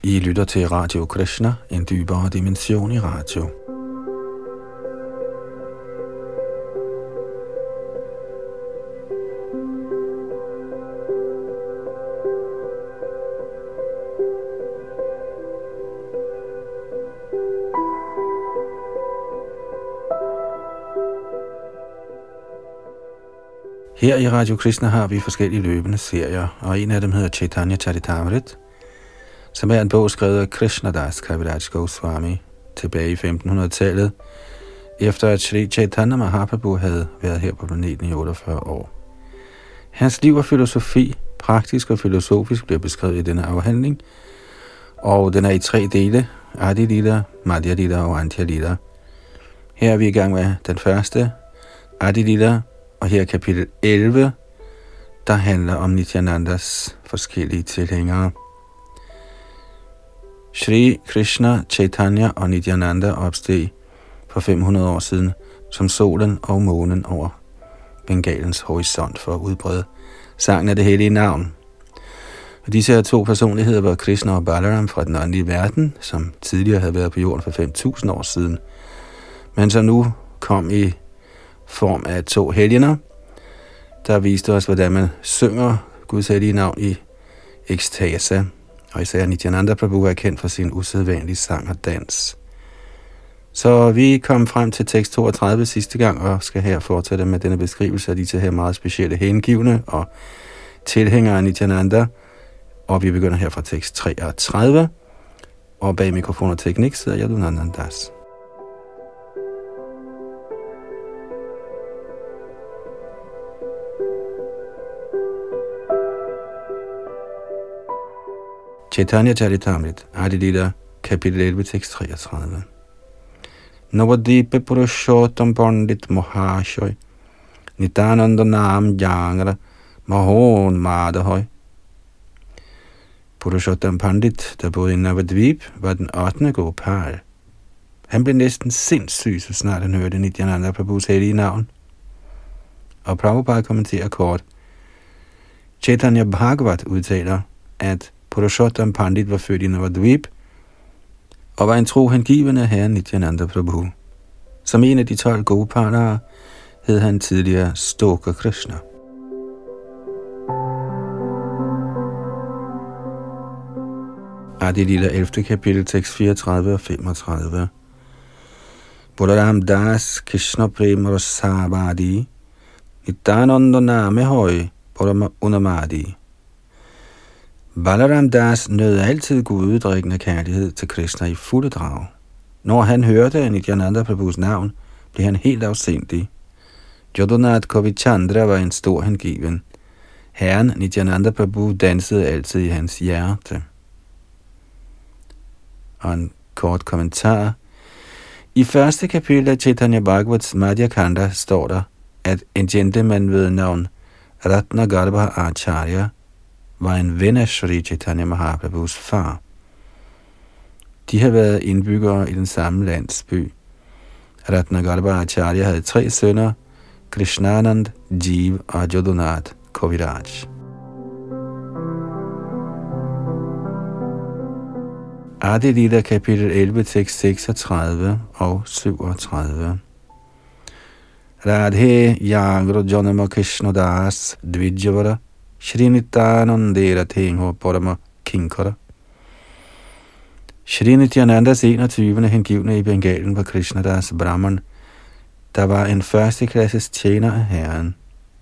I lytter til Radio Krishna, en dybere dimension i radio. Her i Radio Krishna har vi forskellige løbende serier, og en af dem hedder Chaitanya Charitamrit, som er en bog skrevet af Krishnadas Kaviraj Goswami tilbage i 1500-tallet, efter at Sri Chaitanya Mahaprabhu havde været her på planeten i 48 år. Hans liv og filosofi, praktisk og filosofisk, bliver beskrevet i denne afhandling, og den er i 3 dele, Adi Lila, Madhya Lila og Antya Lila. Her er vi i gang med den første, Adi Lila, og her er kapitel 11, der handler om Nityanandas forskellige tilhængere. Shri Krishna, Chaitanya og Nityananda opsteg for 500 år siden som solen og månen over Bengalens horisont for at udbrede sangen af det hellige navn. Og disse her 2 personligheder var Krishna og Balaram fra den åndelige verden, som tidligere havde været på jorden for 5.000 år siden, men som nu kom i form af 2 helgener, der viste os, hvordan man synger Guds hellige navn i ekstase. Og især Nityananda Prabhu er kendt for sin usædvanlige sang og dans. Så vi kom frem til tekst 32 sidste gang, og skal her fortsætte med denne beskrivelse af disse her meget specielle hengivne og tilhængere af Nityananda. Og vi begynder her fra tekst 33, og bag mikrofon og teknik sidder Yadunandan Das. Chaitanya Charitamrit, Adi Lila, kapitel 11, tekst 33. Navadipe Purushottam Pandit Mahashoy, Nityananda Nam Jangra, Mahon Madahøj. Purushottam Pandit, der boede i Navadvip, var den 8. Gopal. Han blev næsten sindssyg, så snart han hørte Nityananda Prabhus hellige navn. Og Prabhupada kommenterer kort. Chaitanya Bhagavat udtaler, at Purushottam Pandit var født i Navadvip og var en tro hengivende herre Nityananda Prabhu. Som en af de 12 Gopaler hed han tidligere Stoka Krishna. Adi Lila 11. kapitel, tekst 34 og 35. Balaram Das Krishna Prema Rasavadi Nityananda Name Høj Parama Unamadi. Balaram Das nød altid gudedrikkende kærlighed til Krishna i fulde drag. Når han hørte Nityananda Prabhus navn, blev han helt afsindig. Jodhanath Kovichandra var en stor hengiven. Herren Nityananda Prabhu dansede altid i hans hjerte. Og en kort kommentar. I første kapitel af Chaitanya Bhagavats Madhya Kanda står der, at en gentleman ved navn Ratnagarbha Acharya var en ven af Sri Chaitanya Mahaprabhus far. De havde været indbyggere i den samme landsby. Ratnagarbha Acharya havde 3 sønner, Krishnanand, Jeev og Jodhanath Kaviraj. Adi Lila kapitel 11, tekst 36 og 37. Radhe Yagra Janama Krishnadas Dvijavara Shri Nityanandera Tengho Parama Kinkara. Shri Nityanandas 21. hengivne i Bengalen var Krishnadas Brahman, der var en førsteklasses tjener af herren.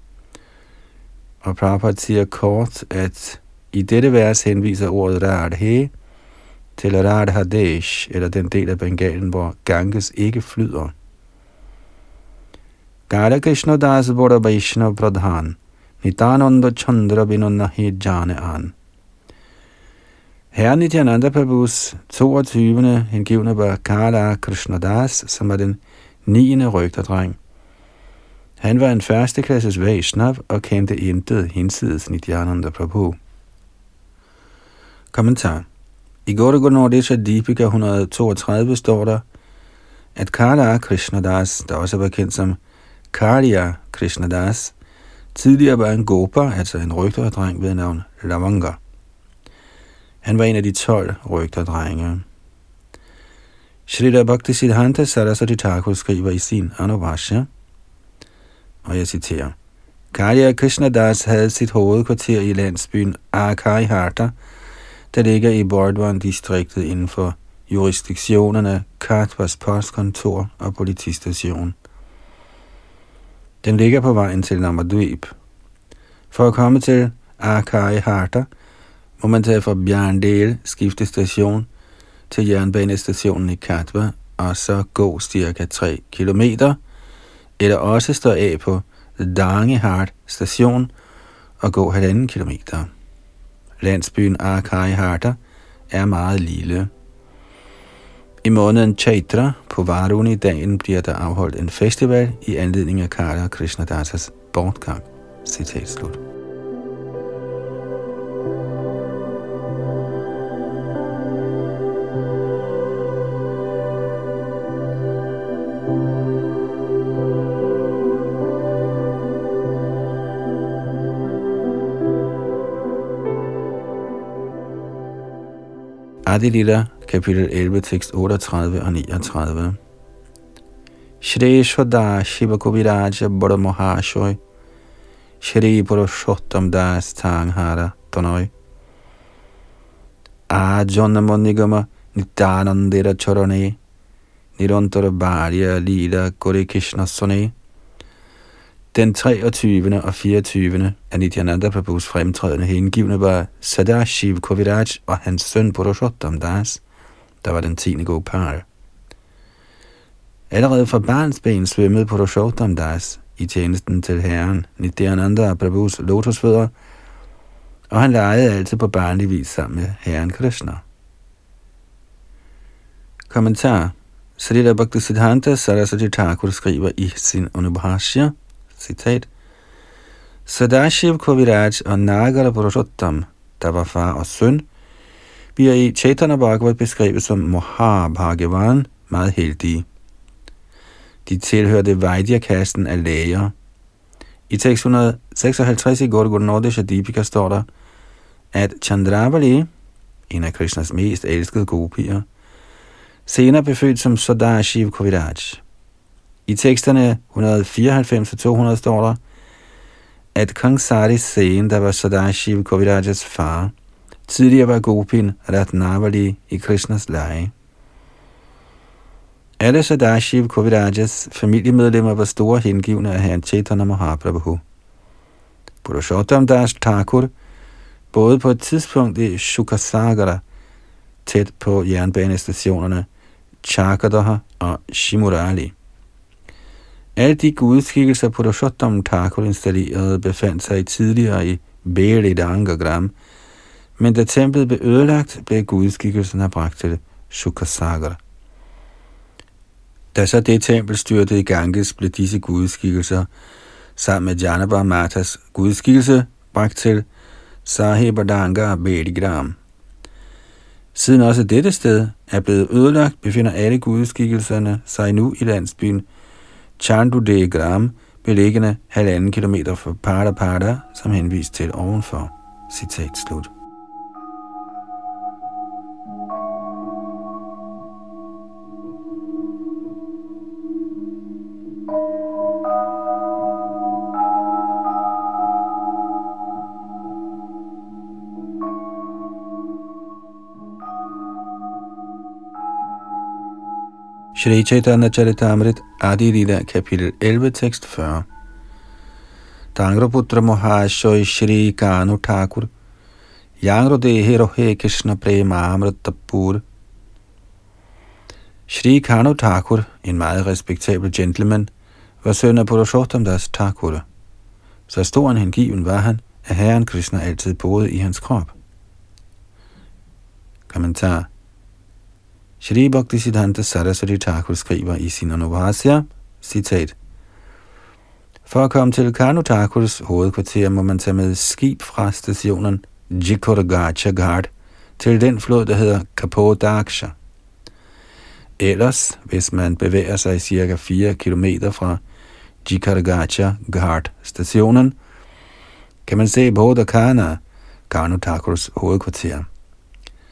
Og Prabhupada siger kort, at i dette vers henviser ordet Radhe til Radhadesh, eller den del af Bengalen, hvor Ganges ikke flyder. Gada Krishnadas Bora Vaishnav Pradhan Nityananda Chandra Vinanahi Jane An. Herre Nityananda Prabhus 22. hengivne var Kala Krishnadas, som var den 9. røgterdreng. Han var en førsteklasses Vaishnav og kendte intet hinsides Nityananda Prabhu. Kommentar. I Gauranga Deepika 132 står der, at Kala Krishnadas, der også var kendt som Karya Krishnadas, tidligere var en gopa, altså en røgterdreng ved navn Lavanga. Han var en af de 12 rygterdrenge. Shrita Bhaktisiddhanta Saraswati Thakur skriver i sin Anubhashya, og jeg citerer: Karya Krishnadas havde sit hovedkvarter i landsbyen Akaiharta, der ligger i Burdwan-distriktet inden for jurisdiktionerne Katwas postkontor og politistation. Den ligger på vejen til Namadvip. For at komme til Akaiharta må man tage fra Bjarndel skiftestation til jernbanestationen i Katwa og så gå cirka 3 kilometer, eller også stå af på Dangehart station og gå 1,5 kilometer. Landsbyen Akaiharta er meget lille. I måneden Chaitra på Varuni-dagen bliver der afholdt en festival i anledning af Karya Krishnadasas bortgang. Citat slut. Adi Lila, kapitel 11, tekst 38 og 39. Shri Shvada Shiva Koviraja Bada Mahashoy Shri Purushottam Das Tanghara Tanoi Ajonna Nigama Nityanandira Charane Nirantara Bharya Lila Gauri Krishna Sone. Den 23. og 24. af Nityananda Prabhus fremtrædende hengivne var Sadashiv Koviraj og hans søn Purushottam Das, der var den 10. Gopal. Allerede fra barnsben svømmede Purushottam Das i tjenesten til herren Nityananda Prabhus lotusfødder, og han legede altid på barnlig vis sammen med herren Krishna. Kommentar. Srila Bhaktisiddhanta Saraswati Thakur skriver i sin Anubhashya, citat: Sadashiv Koviraj og Nagara Purushottam, der var far og søn, bliver i Chaitanya Bhagavat beskrevet som Mahabhagavan, meget heldige. De tilhørte Vaidya-kasten af læger. I tekst 156 i Gaura Nordisha Deepika står der, at Chandravali, en af Krishnas mest elskede gopier, senere blev født som Sadashiv Koviraj. I teksterne 194-200 står der, at Kangsari Sen, der var Sadashiv Kovirajas far, tidligere var gopin Ratnavali i Krishnas leje. Alle Sadashiv Kovirajas familiemedlemmer var store hengivne af herren Chaitanya Mahaprabhu. Purushottam Das Thakur boede på et tidspunkt i Shukasagara, tæt på jernbanestationerne Chakadaha og Shimurali. Alle de gudskikkelser Purushottam Thakur installerede befandt sig tidligere i Belidangagram, men da templet blev ødelagt, blev gudskikkelserne bragt til Shukasagara. Da så det tempel styrtede i Ganges, blev disse gudskikkelser sammen med Janabar Matas gudskikkelse bragt til Sahibadanga Beligram. Siden også dette sted er blevet ødelagt, befinder alle gudskikkelserne sig nu i landsbyen Chandudegram, beliggende 1,5 kilometer fra Pada, som henvist til ovenfor. Citat slut. Shri Chaitanya Charitamrit Adi Lila, kapitel 11, tekst 40. Dangraputra Mahashoy Shri Kanu Thakur Yangrudehi Rohe Krishna Prema Amritapur. Shri Kanu Thakur, en meget respektabel gentleman, var søn af Purushottam Das Thakur. Så stor en hengiven var han, at herren Krishna altid boede i hans krop. Kommentar. Shri Bhaktisiddhanta Saraswati Thakur skriver i sin Anubhashya, citat: For at komme til Kanu Thakurs hovedkvarter må man tage med skib fra stationen Jikorgacha Ghat til den flod, der hedder Kapodaksha. Ellers, hvis man bevæger sig cirka 4 kilometer fra Jikorgacha Ghat stationen, kan man se Bodhakana, Kanu Thakurs hovedkvarter.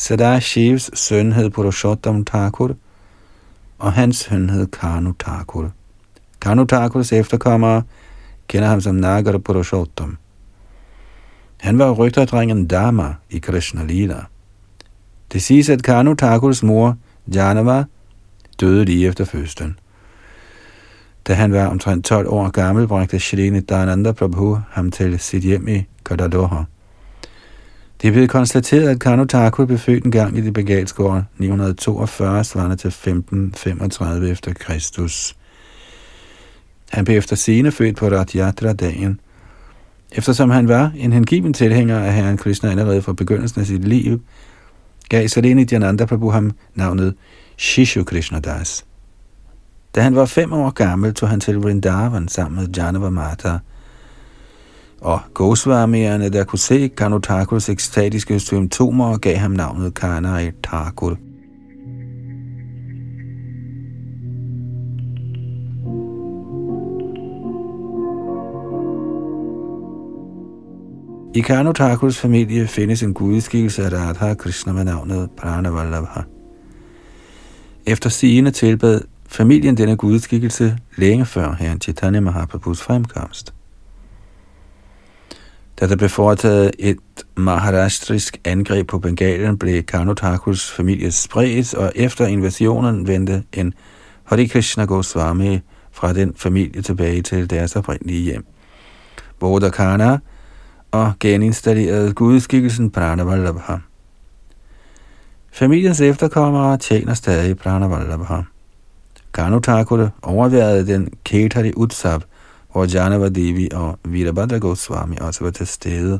Sadashivs søn hed Purushottam Thakur, og hans søn hed Kanu Thakur. Kanu Thakurs efterkommere kender ham som Nagar Purushottam. Han var rygterdrengen Dharma i Krishna Lila. Det siges, at Kanu Thakurs mor, Janava, døde lige efter fødslen. Da han var omtrent 12 år gammel, bragte Shri Nityananda Prabhu ham til sit hjem i Kadadoha. Det er blevet konstateret, at Kanu Thakur blev født en gang i det Bengalske 942, svarende til 1535 efter Kristus. Han blev efter sigende født på Rath Yatra-dagen. Eftersom han var en hengiven tilhænger af herren Krishna allerede fra begyndelsen af sit liv, gav Shri Nityananda Prabhu ham navnet Shishu Krishnadas. Da han var 5 år gammel, tog han til Vrindavan sammen med Janava Mata. Og Goswamierne, der kunne se Kanu Thakurs ekstatiske symptomer, gav ham navnet Kanai Thakur. I Kanu Thakurs familie findes en gudskikkelse af Radha Krishna med navnet Pranavallabha. Efter sigende tilbad familien denne gudskikkelse længe før herren Chaitanya Mahaprabhus fremkomst. Da der blev foretaget et maharashtrisk angreb på Bengalien, blev Kanu Thakurs familie spredt, og efter invasionen vendte en Hare Krishna Goswami fra den familie tilbage til deres oprindelige hjem, Bodhakana, og geninstallerede gudskikkelsen Pranavallabha. Familiens efterkommere tjener stadig Pranavallabha. Kanu Thakur overværede den Ketari Utsav, hvor Janava Devi og Virabhadra Goswami også var til stede.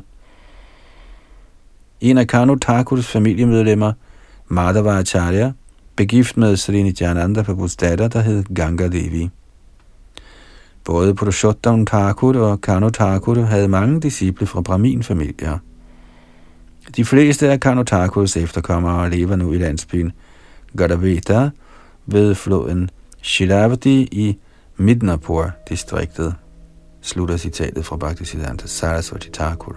En af Kanu Thakurs familiemedlemmer, Madhava Acharya, blev gift med Shri Nityananda Prabhus datter, der hed Ganga Devi. Både Purushottam Thakur og Kanu Thakur havde mange disciple fra Brahmin-familier. De fleste af Kanu Thakurs efterkommere lever nu i landsbyen Gadaveta ved floden Shilavati i Midnapur-distriktet. Slutter citatet fra Bhaktisiddhanta Saraswati Thakur.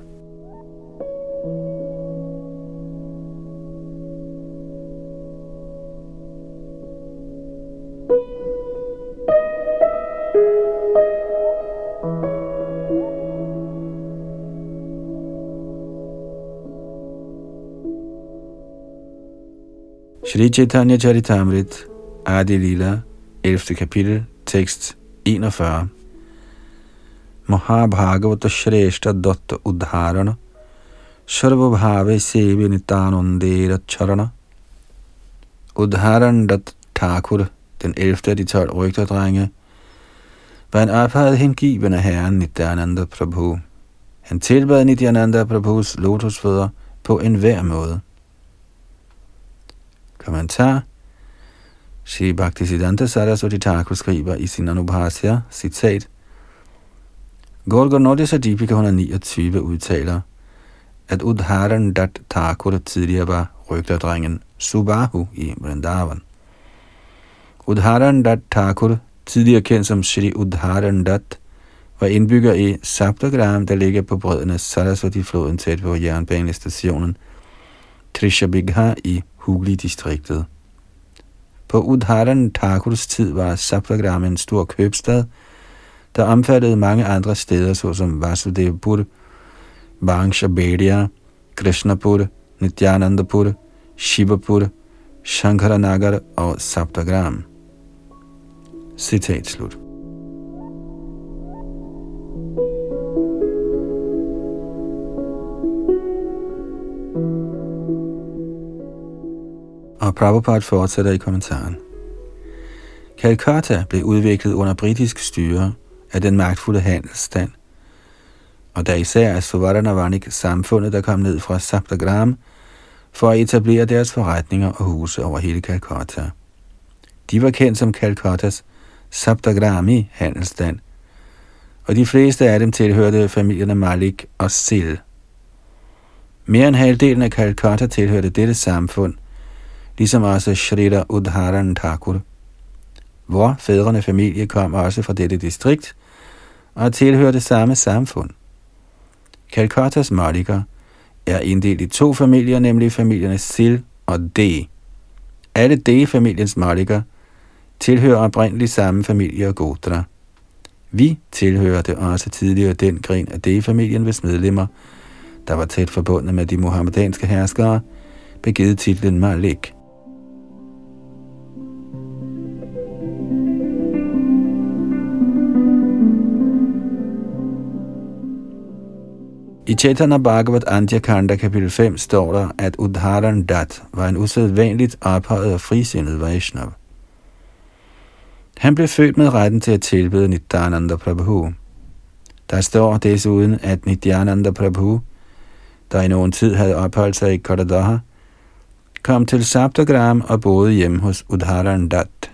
Shri Chaitanya Charitamrit, Adi Lila, 11. kapitel, tekst 41. Mahabhagavata Shreshta Datta Udharana Sarvabhave Sevi Nitanandera Charana. Udharan Dat Thakur, den 11. af de 12 rygterdrenge, var en ophavet hengiven af herren Nityananda Prabhu. Han tilbad Nityananda Prabhus lotusfødder på enhver måde. Kommentar. Shri Bhaktisiddhanta Saraswati Thakur skriver i sin Anubhasya, citat, Gorgonodisa Deepika 129 udtaler, at Udharan Dat Thakur tidligere var rygterdrengen Subahu i Vrindavan. Udharan Dat Thakur, tidligere kendt som Shri Udharan Dat, var indbygger i Saptagram, der ligger på bredden af Saraswati-floden tæt på jernbanestationen Trishabigha i Hugli-distriktet. På Udharan Thakurs tid var Saptagram en stor købstad, der omfattede mange andre steder, såsom Vasudevpur, Vangshabedia, Krishnapur, Nityanandapur, Shivapur, Shankaranagar og Saptagram. Citat slut. Og Prabhupada fortsætter i kommentaren. Calcutta blev udviklet under britisk styre af den magtfulde handelsstand, og der især er Suvarnavanik samfundet, der kom ned fra Saptagram for at etablere deres forretninger og huse over hele Calcutta. De var kendt som Calcuttas Saptagrami handelsstand, og de fleste af dem tilhørte familierne Malik og Sil. Mere end halvdelen af Calcutta tilhørte dette samfund, ligesom også Shrita Udharan Thakur. Vor fædrene familie kom også fra dette distrikt og tilhørte samme samfund. Calcuttas Maliker er inddelt i 2 familier, nemlig familierne Sil og D. Alle D-familiens malikker tilhører oprindeligt samme familie og gotra. Vi tilhørte også tidligere den gren af D-familien, hvis medlemmer, der var tæt forbundet med de muhammedanske herskere, blev givet titlen Malik. I Chaitanya Bhagavat Andhya Kanda kapitel 5 står der, at Udharan Dat var en usædvanligt ophøjet og frisindet Vaishnav. Han blev født med retten til at tilbede Nityananda Prabhu. Der står desuden, at Nityananda Prabhu, der i nogen tid havde opholdt sig i Kodadaha, kom til Saptagram og boede hjemme hos Udharan Dat.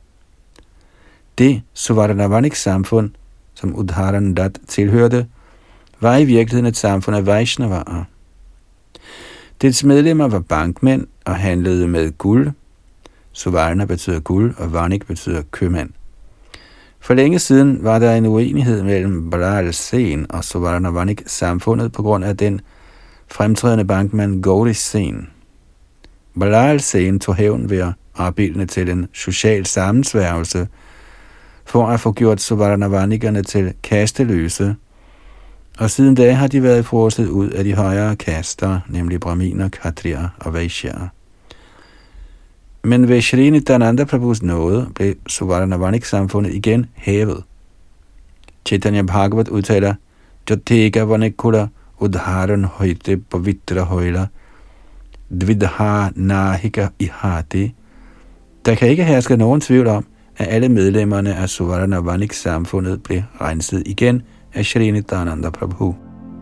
Det Suvarnavanik samfund, som Udharan Dat tilhørte, var i virkeligheden et samfund af Vaishnavaer. Dets medlemmer var bankmænd og handlede med guld. Suvarna betyder guld, og Vanik betyder købmand. For længe siden var der en uenighed mellem Balal Sen og Suvarna Vanik samfundet på grund af den fremtrædende bankmand Gauri Sen. Balal Sen tog hævn ved at opildne til en social sammensværgelse for at få gjort Suvarna Vanikerne til kasteløse, og siden da har de været frosset ud af de højere kaster, nemlig brahminer, khatrier og vaishyaer. Men ved Shri Nityananda Prabhus nåde blev Suvarnavanik-samfundet igen hævet. Chaitanya Bhagavat udtaler, Jateka Vanikula Udharan Højte Pavitra Højla Dvidha Nahika Ihati. Der kan ikke herske nogen tvivl om, at alle medlemmerne af Suvarnavanik-samfundet blev renset igen af Shri Nityananda Prabhu.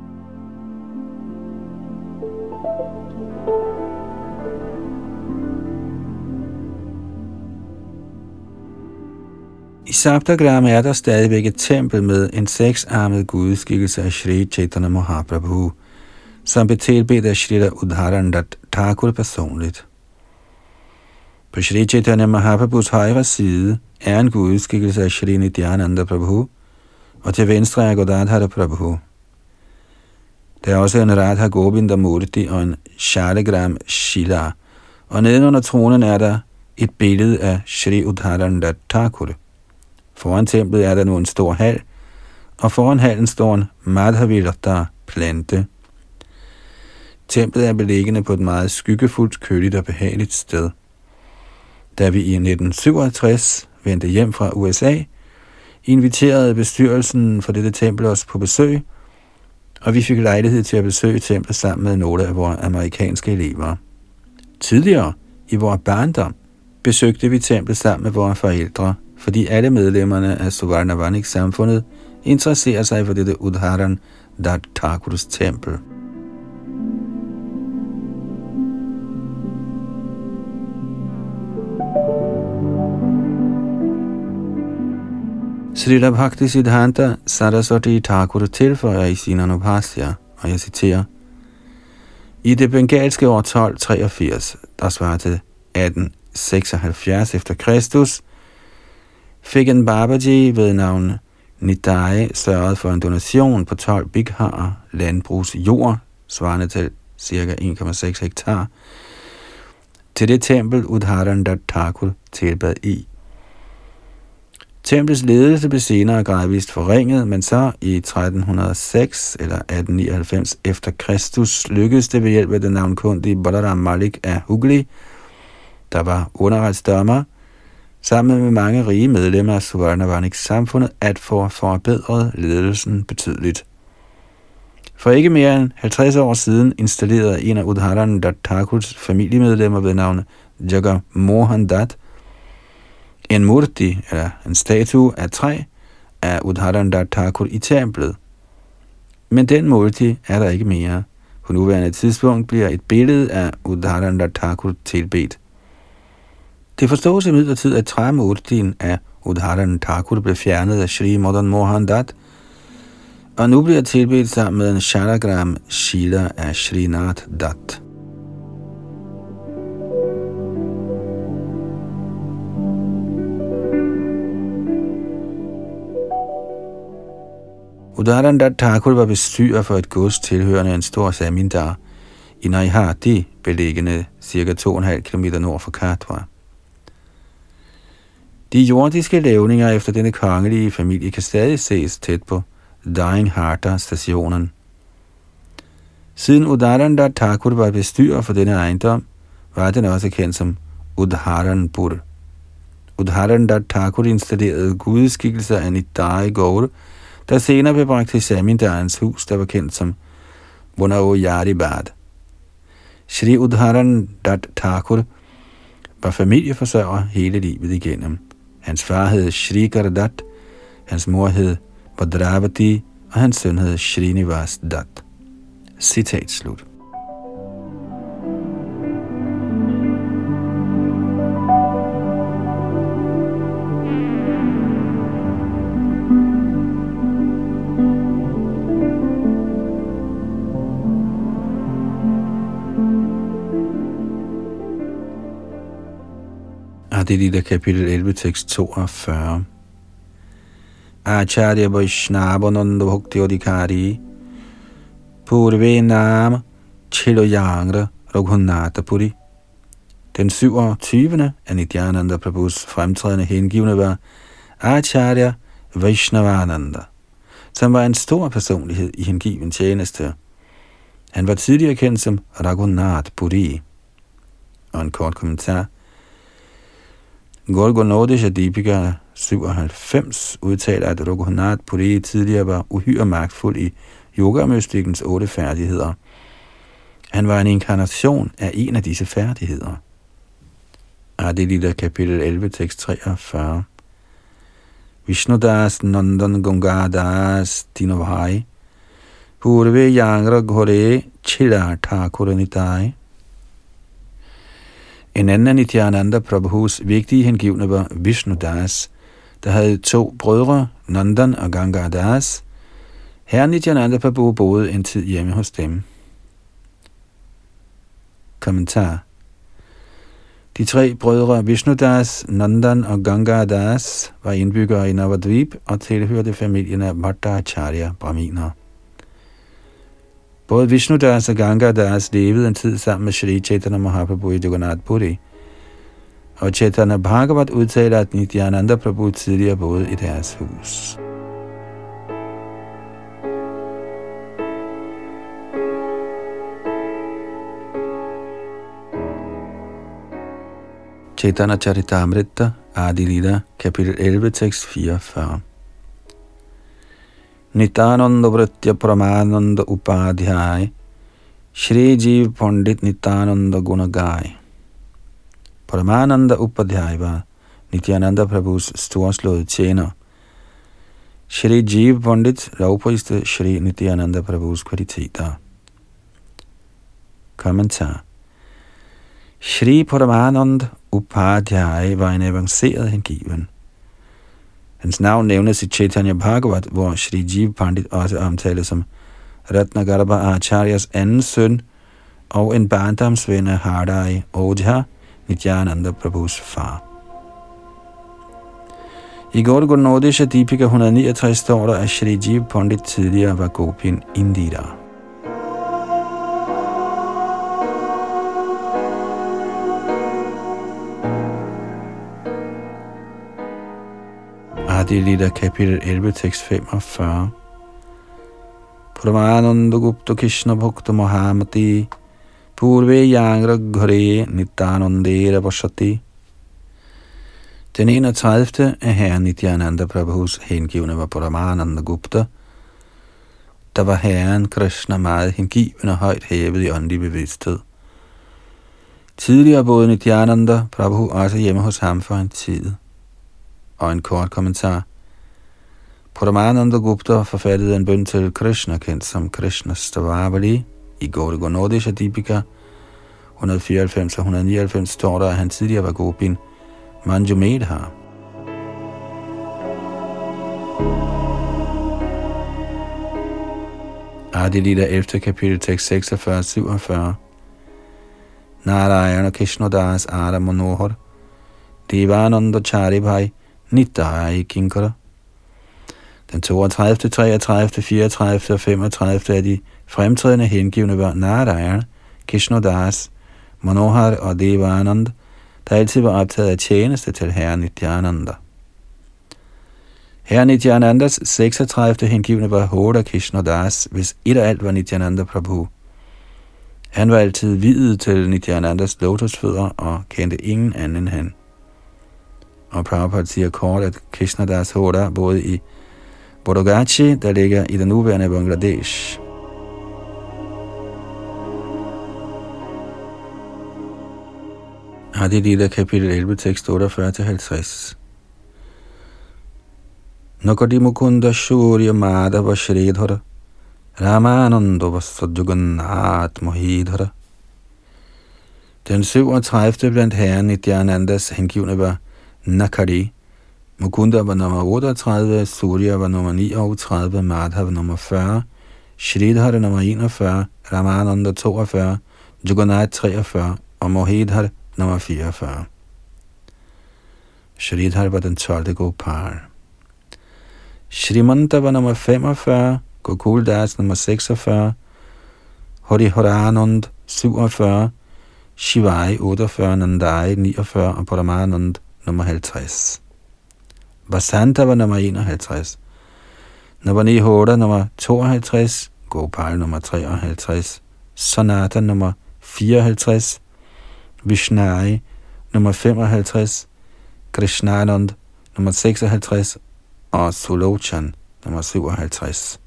I Saptagram er der stadigvæk et tempel med en 6-armet gudskikkelse af Shri Chaitanya Mahaprabhu, som blev tilbedt af Shrila Udharan Dat Thakur personligt. På Shri Chaitanya Mahaprabhus højre side er en gudskikkelse af Shri Nityananda Prabhu, og til venstre er Godadhara Prabhu. Der er også en Radha Govinda Murti og en Shalagram Shila, og nedenunder tronen er der et billede af Shri Udharan Dat Thakur. Foran templet er der nu en stor hal, og foran hallen står en Madhavilata plante. Templet er beliggende på et meget skyggefuldt, køligt og behageligt sted. Da vi i 1957 vendte hjem fra USA, inviterede bestyrelsen for dette tempel os på besøg, og vi fik lejlighed til at besøge templet sammen med nogle af vores amerikanske elever. Tidligere i vores barndom besøgte vi templet sammen med vores forældre, fordi alle medlemmerne af Suvarnavanik-samfundet interesserer sig for dette Udharan Dat Thakurs tempel. Srila Bhaktisiddhanta Saraswati Thakur tilføjer i sin Anubhasya, og jeg citerer, i det bengalske år 1283, der svarer til 1876 efter Kristus, fik en Babaji ved navn Nidai sørget for en donation på 12 bigharer landbrugsjord, svarende til ca. 1,6 hektar, til det tempel Udharan Dat Thakur tilbad i. Templets ledelse blev senere gradvist forringet, men så i 1306 eller 1899 efter Kristus lykkedes det ved hjælp af den navnkundige Balaram Malik af Hugli, der var underretsdommer, sammen med mange rige medlemmer af Suvarnavanik-samfundet, at få forbedret ledelsen betydeligt. For ikke mere end 50 år siden installerede en af Udharan Dat Thakurs familiemedlemmer ved navn Jaga Mohan Dat en murti, eller en statue af træ, af Udharan Dat Thakur i templet. Men den murti er der ikke mere. På nuværende tidspunkt bliver et billede af Udharan Dat Thakur tilbedt. Det forstås imidlertid, at træmurtien af Udharan Thakur blev fjernet af Shri Madan Mohan Dat, og nu bliver tilbedt sammen med en Shalagram Shila af Srinath Dat. Udharan Dat Thakur var bestyrer for et gods tilhørende en stor zamindar i Naihati, beliggende ca. 2,5 km nord for Katwa. De jordiske levninger efter denne kongelige familie kan stadig ses tæt på Daingharta-stationen. Siden Udharandat Thakur var bestyrer for denne ejendom, var den også kendt som Udharanpur. Udharandat Thakur installerede gudeskikkelser af Nitai Gaur, der senere blev bragt til Samindarens hus, der var kendt som Bunao Yaribad. Shri Udharandat Thakur var familieforsørger hele livet igennem. Hans far hed Shri Gardat, hans mor hed Bhadravati, og hans søn hed Srinivas Dat. Citat slut. Det er kapitel 11, tekst 42. Acharya Vaishnava Bhakti Adhikari Purve Nam Chiloyangra Raghunatha Puri. Den 27. af Nityananda Prabhus fremtrædende hengivne var Acharya Vaishnavananda, som var en stor personlighed i hengiven tjeneste. Han var tidligere kendt som Raghunath Puri. Og en kort kommentar. Golgonodisha Dipika 97 udtaler, at Raghunath Puri tidligere var uhyre magtfuld i yogamystikkens 8 færdigheder. Han var en inkarnation af en af disse færdigheder. Adilita kapitel 11, tekst 43. Vishnudas Nandan Gungadas Dinovai Purve Yangra Ghore Chila Thakuranitai. En anden af Nityananda Prabhus vigtige hengivne var Vishnudas, der havde 2 brødre, Nandan og Gangadas. Herren Nityananda Prabhu boede en tid hjemme hos dem. Kommentar. De 3 brødre Vishnudas, Nandan og Gangadas var indbyggere i Navadvip og tilhørte familien af Bhattacharya Brahminer. Både Vishnudas og Gangadas levede en tid sammen med Shri Chaitanya Mahaprabhu i Jagannath Puri, og Chaitanya Bhagavat udtaler, at Nityananda Prabhu tidligere boede i deres hus. Chaitanya Charitamrita, Adilita, kapitel 11, tekst 44. Nityananda Vritya Paramananda Upadhyay Shri Jeev Pandit Nityananda Gunagai. Paramananda Upadhyay var Nityananda Prabhus storslåede tjener. Shri Jeev Pandit lovpriste Shri Nityananda Prabhus kvaliteter. Kommentar. Shri Paramananda Upadhyay var en avanceret hengiven. Hans navn nævnes i Chaitanya Bhagavat, hvor Shri Jeev Pandit også omtales som Ratnagarbha Acharyas anden søn og en barndomsven af Hardai Ojha, Nityananda Prabhus far. I Golgonodisha Dipika 169 står der, at Shri Jeev Pandit tidligere var Gopin Indira. Adilita kapitel 11, tekst 45. Paramananda Gupta Krishna Bhakta Mahamati Purve Yangra Ghare Nityanandera Vashati. Den 31. af herren Nityananda Prabhus hengivne var Paramananda Gupta, der var herren Krishna meget hengiven og højt hævet i åndelig bevidsthed. Tidligere boede Nityananda Prabhu også hjemme hos ham for en tid. Og en kort kommentar. Paramananda Gupta forfattede en bøn til Krishna, kendt som Krishna Stavavali. I Golgonodisha Dipika 194 og 199 står der, at han tidligere var Gopin Manjumedha. Adilita 11. kapitel tekst 46-47. Narayana Krishnadas Ara Manohar Devananda Charibhai Nitai Kinkara. Den 32., 33., 34. og 35. af de fremtrædende hengivne var Narayana, Krishnadas, Manohar og Devanand, der altid var optaget af tjeneste til herren Nityananda. Herren Nityanandas 36. hengivne var Hoda Krishnadas, hvis et og alt var Nityananda Prabhu. Han var altid viet til Nityanandas lotusfødder og kendte ingen anden end han. Og Prabhupada siger kort, at Krishnadas Hoda boede i Bodagachi, der ligger i den nuværende Bangladesh. Adi Lila kapitel 11, tekst 48-50. Nakadi Mukunda Shurya Madhava Shridhara Ramananda Vasudjugannat Mohidhara. Den 37. blandt herren Nityanandas hengivne var Nakadi. Mukunda var nummer 38, Surya var nummer 39, Madhava nummer 40, Shridhara nummer 41, Ramananda 42, Jugannath 43 og Mohidhara nummer 44. Shridhara var den 12. Gopal. Shrimanta var nummer 45, Gokuldas nummer 46, Hariharanand 47, Shivai 48, Nandai 49 og Paramanand nummer 50. Vasanta var nummer 51, Navani Hoda nummer 52, Gopal nummer 53, Sanatan nummer 54, Vishnai nummer 55, Krishnanand nummer 56 og Sulochan nummer 57.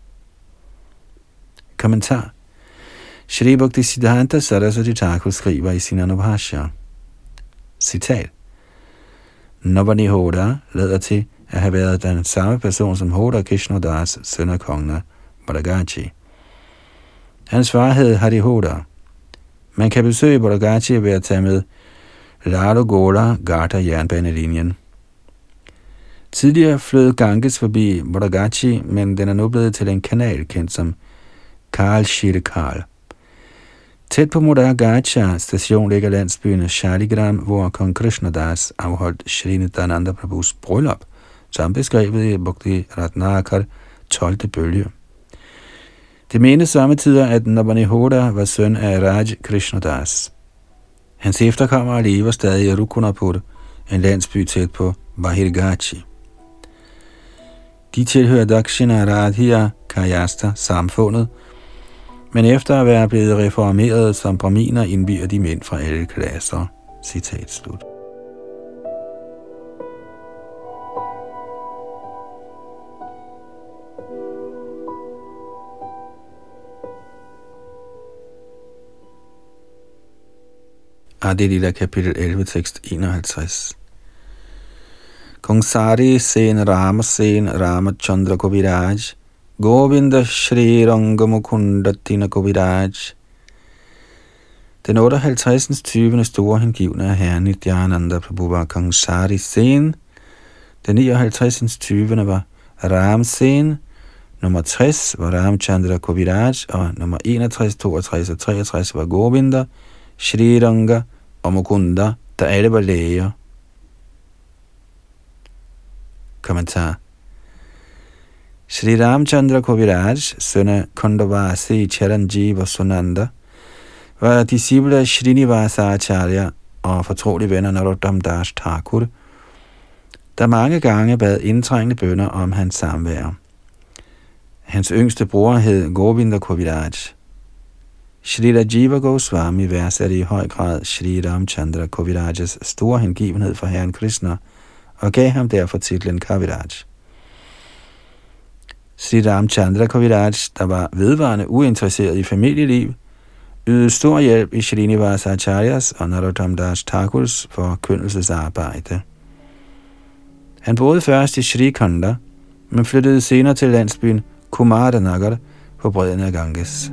Kommentar. Shri Bhaktisiddhanta Saraswati Thakur skriver i sin Anubhashya. Citat. Navani Hoda lader til at have været den samme person som Hoda Krishnadas, søn af kongen af Bodagachi. Hans far hed Hari Hoda. Man kan besøge Bodagachi ved at tage med Ladogola Gata jernbanelinjen. Tidligere flød Ganges forbi Bodagachi, men den er nu blevet til en kanal kendt som Kalshirikal. Tæt på Bodagacha station ligger landsbyen Shaligram, hvor kong Krishnadas afholdt Shri Nityananda Prabhus bryllup, som beskrevet i Bhakti Ratnakar 12. bølge. Det menes samtidig, at Navani Hoda var søn af Raj Krishnadas. Hans efterkommere lever stadig i Rukunapur, en landsby tæt på Bahirgachi. De tilhører Dakshina Radhiya Kayasta samfundet, men efter at være blevet reformeret som brahminer, indvier de mænd fra alle klasser. Citat slut. Adi Lila kapitel 11, tekst 51. Kongsari Sen Ramachandra Koviraj Govinda Shri Ranga Mukunda Tina Koviraj. Den 58. 20. store hengivne af herren Nityananda Prabhu var Kongsari Sen. Den 59. 20. var Ram Sen. Nummer 60 var Ramchandra Koviraj, og nummer 61, 62 og 63 var Govinda, Shri Ranga og Mukunda, der alle var læger. Kommentar. Shri Ramchandra Koviraj, søn af Kondavasi Charanjeev Sunanda, var disciple af Srinivasa Acharya og fortrolig ven af Narottam Das Thakur, der mange gange bad indtrængende bønner om hans samvær. Hans yngste bror hed Govinda Koviraj. Shri Rajiva Goswami værdsatte i høj grad Shri Ramchandra Kovirajas store hengivenhed for herren Krishna og gav ham derfor titlen Kaviraj. Shri Ramchandra Koviraj, der var vedvarende uinteresseret i familieliv, ydede stor hjælp i Srinivasa Acharyas og Narottam Das Thakurs forkyndelsesarbejde. Han boede først i Srikhanda, men flyttede senere til landsbyen Kumaranagar på bredden af Ganges.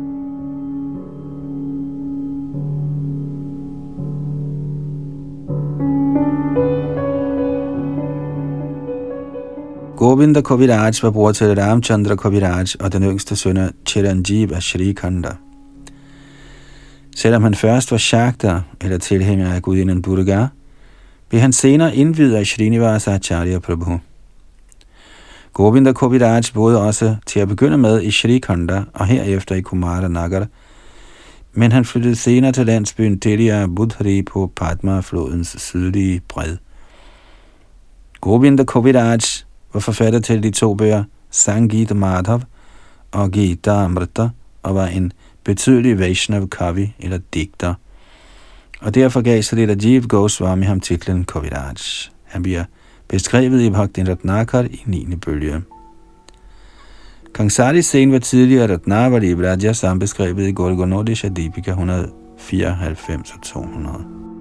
Govinda Koviraj var bror til Ramchandra Koviraj og den yngste søn af Chiranjeev af Srikhanda. Selvom han først var Shakta, eller tilhænger af gudinden Durga, blev han senere indviet af Srinivasa Acharya Prabhu. Govinda Koviraj boede også til at begynde med i Srikhanda og herefter i Kumaranagar, men han flyttede senere til landsbyen Telia Budhari på Padma-flodens sydlige bred. Govinda Kaviraj var forfatter til de 2 bøger Sangita Madhav og Gita Amrita og var en betydelig Vaishnav Kavi eller digter. Og derfor gav Sridhar Jiva Goswami ham titlen Kaviraj. Han bliver beskrevet i Bhakti Ratnakar i 9. bølge. Kangsaris scene var tidligere Ratnavali Vraja sambeskrevet i Gaura-Ganodisha Dipika 194 og 200.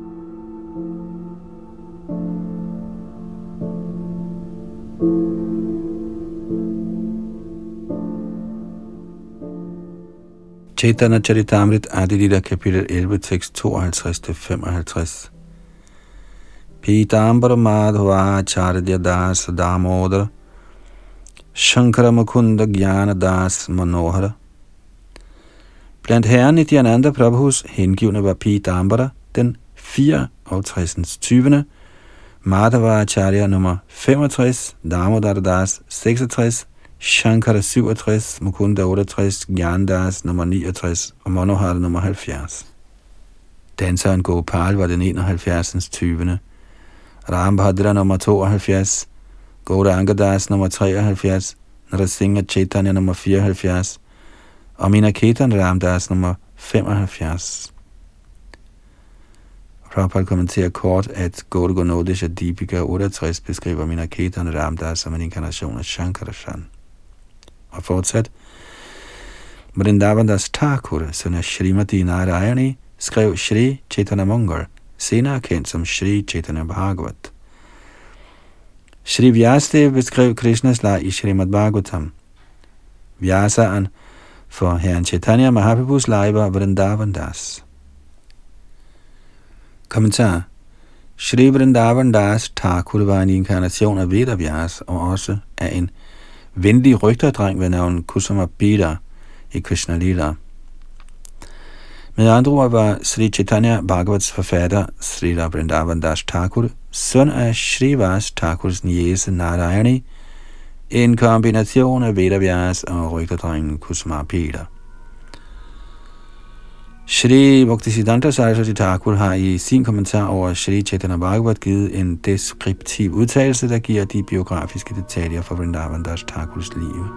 Chaitanya Charitamrit Adilita kapitel 11 tekst 52-55. Pitambara Madhava Charya Das Damodara Shankara Mukunda Gyana Das Manohara. Blandt herren i Nityananda Prabhus hengivne var Pitambara den 64. 20. Madhava Acharya nummer 65, Damodara Das 66, Shankara 67, Mukunda 68, Gyandas nummer 69 og Manohara nummer 70. Danseren Gopal var den 71. 20. Rambhadra nummer 72, Gauranga Das nummer 73, Nrasingha Chaitanya nummer 74 og Minaketan Ramdas nummer 75. Prabhupada kommenterer kort, at Gaura-Ganodisha Dipika 68 beskriver Minaketan Ramdas som en inkarnation af Shankarachan. Og fortsat, Vrindavan Das Thakur, søn af Srimati Narayani, skrev Shri Chaitanya Mangal, senere kendt som Shri Chaitanya Bhagavat. Shri Vyasadeva beskrev Krishnas leg i Srimad Bhagavatam. Vyasaren for herren Chaitanya Mahaprabhus leg var Vrindavan Das. Kommentar. Shri Vrindavan Das Thakur var en inkarnation af Vedavyas og også af en venlig rygterdreng ved navn Kusuma Bida i Krishna Lila. Med andre ord var Sri Chaitanya Bhagavats forfatter Srila Vrindavan Das Thakur, søn af Shrivas Thakurs niece Narayani, en kombination af Vedavyas og rygterdrengen Kusuma Bida. Shri Bhaktisiddhanta Saraswati Thakur har i sin kommentar over Shri Chaitanya Bhagavat givet en deskriptiv udtalelse, der giver de biografiske detaljer for Vrindavan Das Thakurs liv.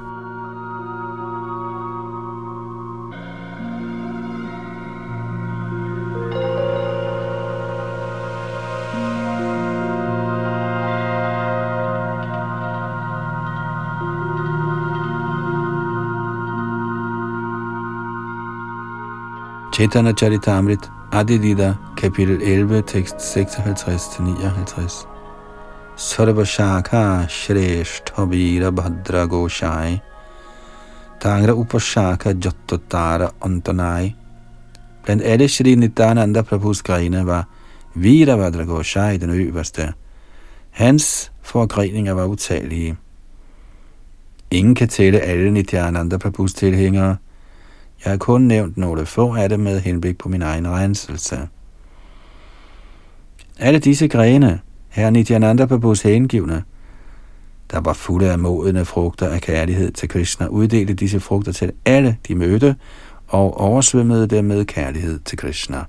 Chaitanya Charitamrit Adilita kapitel 11 tekst 56-59. Sarva Shakha Shreshta Vira Bhadra Goshai Tangra Upashaka Jattatara Antanai. Blandt alle Shri Nityananda Prabhus grene var Virabhadra Goshai den øverste. Hans forgreninger var utallige. Ingen kan tælle alle Nityananda Prabhus tilhængere. Jeg har kun nævnt nogle få af dem med henblik på min egen renselse. Alle disse grene, herre Nityananda Prabhus hengivne, der var fulde af modne frugter af kærlighed til Krishna, uddelte disse frugter til alle, de mødte, og oversvømmede dem med kærlighed til Krishna.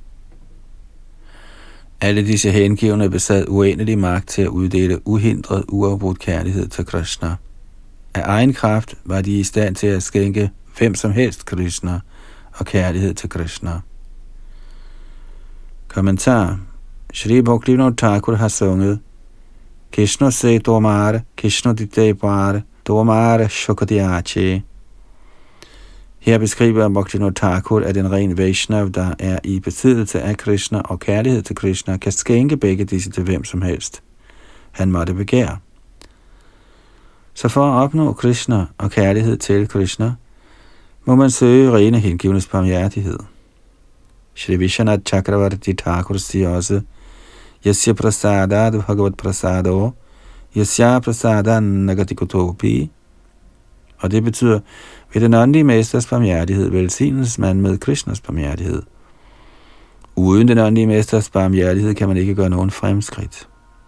Alle disse hengivne besad uendelig magt til at uddele uhindret, uafbrudt kærlighed til Krishna. Af egen kraft var de i stand til at skænke hvem som helst Krishna og kærlighed til Krishna. Kommentar. Shri Bhaktivinoda Thakur har sunget Krishna se tomar, Krishna dite par, tomar shokadiache. Her beskriver Bhaktivinoda Thakur, at en ren Vaishnav, der er i besiddelse af Krishna og kærlighed til Krishna, kan skænke begge disse til hvem som helst han måtte begære. Så for at opnå Krishna og kærlighed til Krishna, må man søge rene hengivnes barmhjertighed. Shri Vishwanath Chakravarti Thakur siger også, Yasya prasadad bhagavat prasado, Yasya prasadan nagatikotopi. Og det betyder, ved den åndelige mesters barmhjertighed velsignes man med Krishnas barmhjertighed. Uden den åndelige mesters barmhjertighed kan man ikke gøre nogen fremskridt.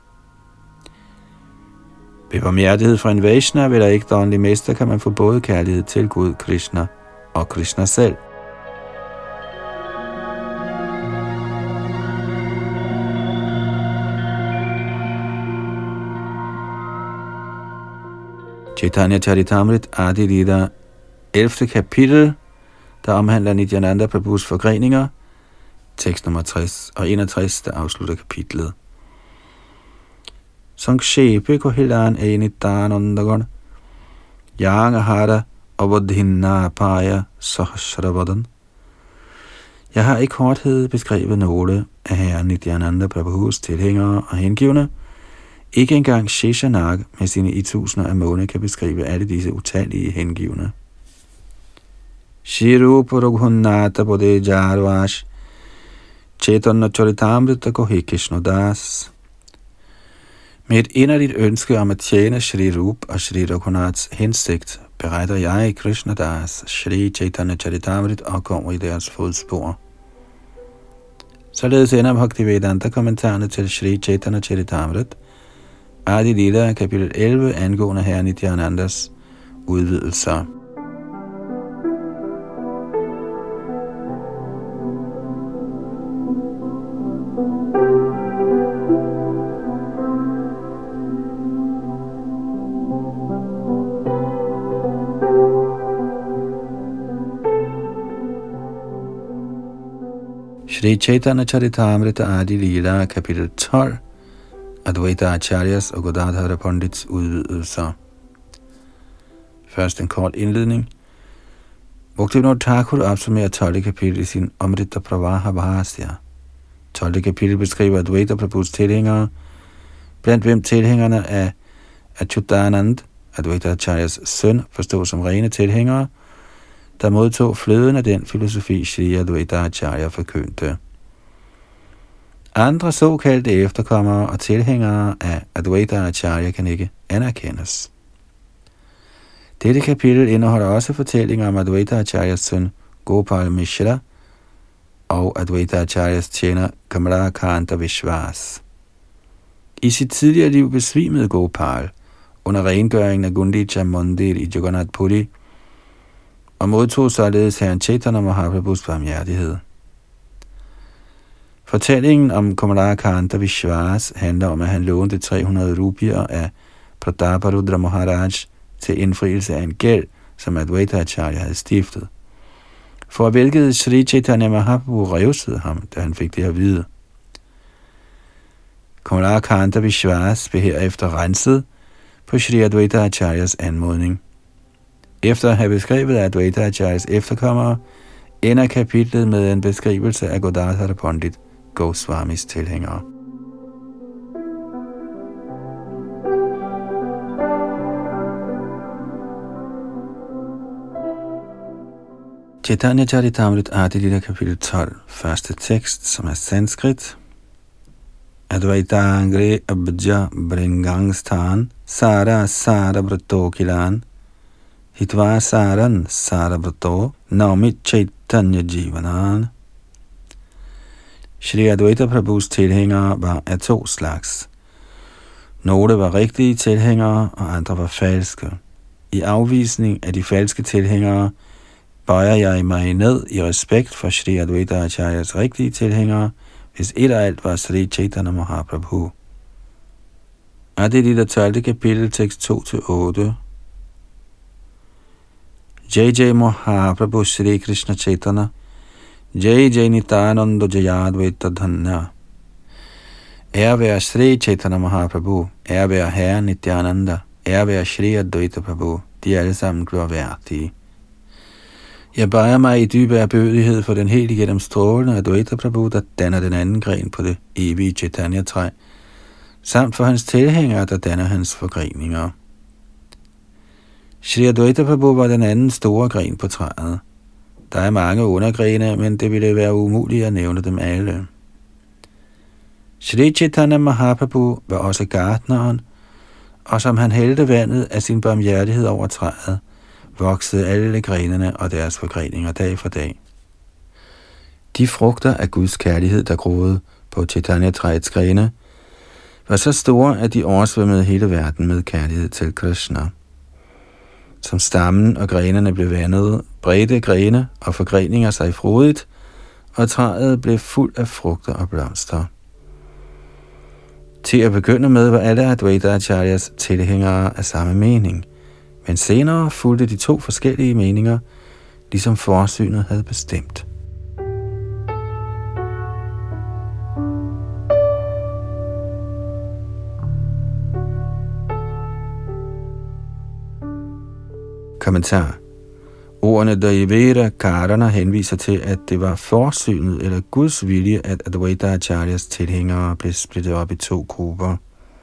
Ved barmhjertighed fra en Vaishnav eller ikke åndelige mester kan man få både kærlighed til Gud, Krishna og Krishna selv. Chaitanya Charitamrita Adi Lila, 11. kapitel, der omhandler Nityananda Prabhus forgreninger, tekst nummer 60 og 61, der afslutter kapitlet. Sankshepe kohilan enitanandagon, Yangahara avadhinna paya sahasravadan. Jeg har i korthed beskrevet nogle af herren Nityananda Prabhus tilhængere og hengivne. Ikke engang Sheshanag med sine 1000 af måne kan beskrive alle disse utallige hengivne. Shirupa Raghunnatha Bodhe Jarvash Chaitanya Charitamrita Kohi Krishnadas. Med et inderligt ønske om at tjene Shri Rup og Shri Raghunaths hensigt, beretter jeg Krishnadas Shri Chaitanya Charitamrita og kommer i deres fodspor. Således ender Bhaktivedanta kommentarerne til Shri Chaitanya Charitamrita, Adi Lila, kapitel 11, angående herren Nityanandas udvidelser. Shri Chaitanya Charitamrita Adi Lila, kapitel 12, Advaita Acharyas og Godadhara Pandits udvidelser. Først en kort indledning. Bhaktivinoda Thakur opsummerer 12. kapitel i sin Amrita Pravaha Bhasya. 12. kapitel beskriver Advaita Prabhus tilhængere, blandt hvem tilhængerne af Achyutanand, Advaita Acharyas søn, forstås som rene tilhængere, der modtog fløden af den filosofi, Shri Advaita Acharya forkyndte. Andre såkaldte efterkommere og tilhængere af Advaita Acharya kan ikke anerkendes. Dette kapitel indeholder også fortællinger om Advaita Acharyas søn Gopal Mishra og Advaita Acharyas tjener Kamalakanta Vishwas. I sit tidligere liv besvimede Gopal under rengøringen af Gundicha Mandir i Jagannath Puri og modtog således herren Chaitanya Mahaprabhus barmhjertighed. Fortællingen om Kamalakanta Vishwas handler om, at han lånte 300 rupier af Prataparudra Maharaj til indfrielse af en gæld, som Advaita Acharya havde stiftet. For hvilket Sri Chaitanya Mahaprabhu revsede ham, da han fik det at vide. Kamalakanta Vishwas blev herefter renset på Sri Advaita Acharyas anmodning. Efter at have beskrevet Advaita Acharyas efterkommere, ender kapitlet med en beskrivelse af Godadhara Pandit, Goswamis tilhængere. Chaitanya Charitamrita Adi Lila, kapitel 12, første tekst, som er sanskrit. Advaitangre abja bringangstan sara sara brato kilan hitva saran sara brato naumit Chaitanya jivanan. Shri Advaita Prabhus tilhængere var af to slags. Nogle var rigtige tilhængere, og andre var falske. I afvisning af de falske tilhængere bøjer jeg mig ned i respekt for Shri Advaita Acharyas rigtige tilhængere, hvis et og alt var Sri Chaitanya Mahaprabhu. Adi Lila 12. kapitel, tekst 2-8. Jai Jai Mahaprabhu Shri Krishna Chaitanya, Jai Jai Nityananda Jayadvaita Dhanya. Ære være Shri Chaitanya Mahaprabhu, ære være herre Nityananda, ære være Shri Advaita Prabhu, de er alle sammen glorværdige. Jeg bøjer mig i dyb ærbødighed for den helt igennem strålende Advaita Prabhu, der danner den anden gren på det evige Chaitanya-træ, samt for hans tilhængere, der danner hans forgreninger. Shri Advaita Prabhu var den anden store gren på træet. Der er mange undergrene, men det ville være umuligt at nævne dem alle. Shri Chaitanya Mahaprabhu var også gartneren, og som han hældte vandet af sin barmhjertighed over træet, voksede alle grenene og deres forgreninger dag for dag. De frugter af Guds kærlighed, der groede på Chaitanya-træets grene, var så store, at de oversvømmede hele verden med kærlighed til Krishna. Som stammen og grenene blev vandet, bredte grene og forgreninger sig frodigt, og træet blev fuld af frugter og blomster. Til at begynde med var alle Advaita Acharyas tilhængere af samme mening. Men senere fulgte de to forskellige meninger, ligesom forsynet havde bestemt. Kommentar. Ordene Daivera Karana henviser til, at det var forsynet eller Guds vilje, at Advaita Acharyas tilhængere blev splittet op i to grupper.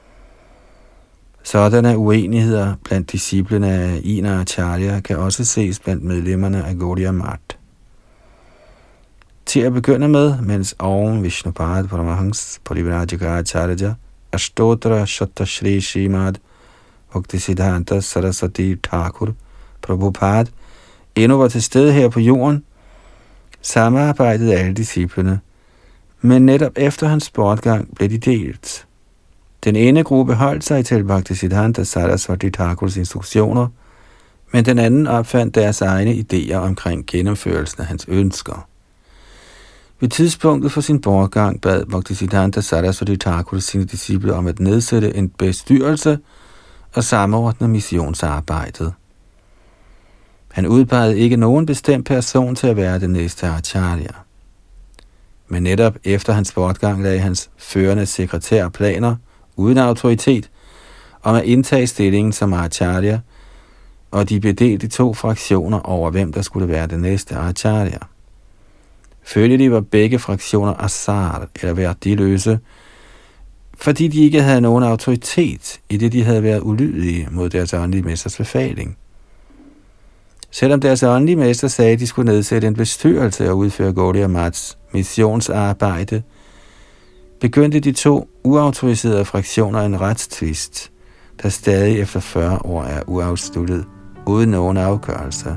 Sådanne uenigheder blandt disciplene af Ina Acharya kan også ses blandt medlemmerne af Gaudiya Math. Til at begynde med, mens oven Vishnupad Paramahans Parivrajaka Acharya Ashtotra Shatta Shri Srimad Bhaktisiddhanta Saraswati Thakur Prabhupada endnu var til stede her på jorden, samarbejdede alle disciplene, men netop efter hans bortgang blev de delt. Den ene gruppe holdt sig til Bhaktisiddhanta Saraswati Thakurs instruktioner, men den anden opfandt deres egne idéer omkring gennemførelsen af hans ønsker. Ved tidspunktet for sin bortgang bad Bhaktisiddhanta Saraswati Thakur sine disciple om at nedsætte en bestyrelse og samordne missionsarbejdet. Han udpegede ikke nogen bestemt person til at være den næste acharya. Men netop efter hans bortgang lagde hans førende sekretær planer uden autoritet om at indtage stillingen som acharya, og de blev delt i to fraktioner over, hvem der skulle være den næste acharya. Følgelig var begge fraktioner asar, eller værdiløse, fordi de ikke havde nogen autoritet, i det de havde været ulydige mod deres åndelige mesters befaling. Selvom deres åndelige mester sagde, at de skulle nedsætte en bestyrelse og udføre Gaudiya Maths missionsarbejde, begyndte de to uautoriserede fraktioner en retstvist, der stadig efter 40 år er uafsluttet, uden nogen afgørelse.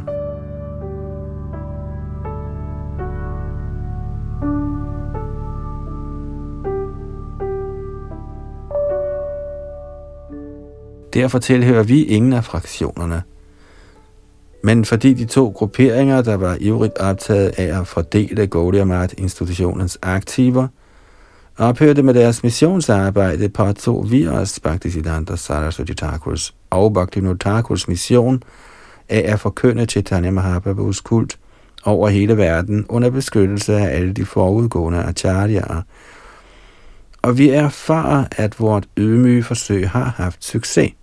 Derfor tilhører vi ingen af fraktionerne. Men fordi de to grupperinger, der var ivrigt optaget af at fordele Gaudiya Math-institutionens aktiver, ophørte med deres missionsarbejde, påtog vi os Bhaktisiddhanta Saraswati Thakurs og Bhaktivinoda Thakurs mission af at forkynde Chaitanya Mahaprabhus kult over hele verden under beskyttelse af alle de forudgående acharyaer. Og vi erfarer, at vort ydmyge forsøg har haft succes.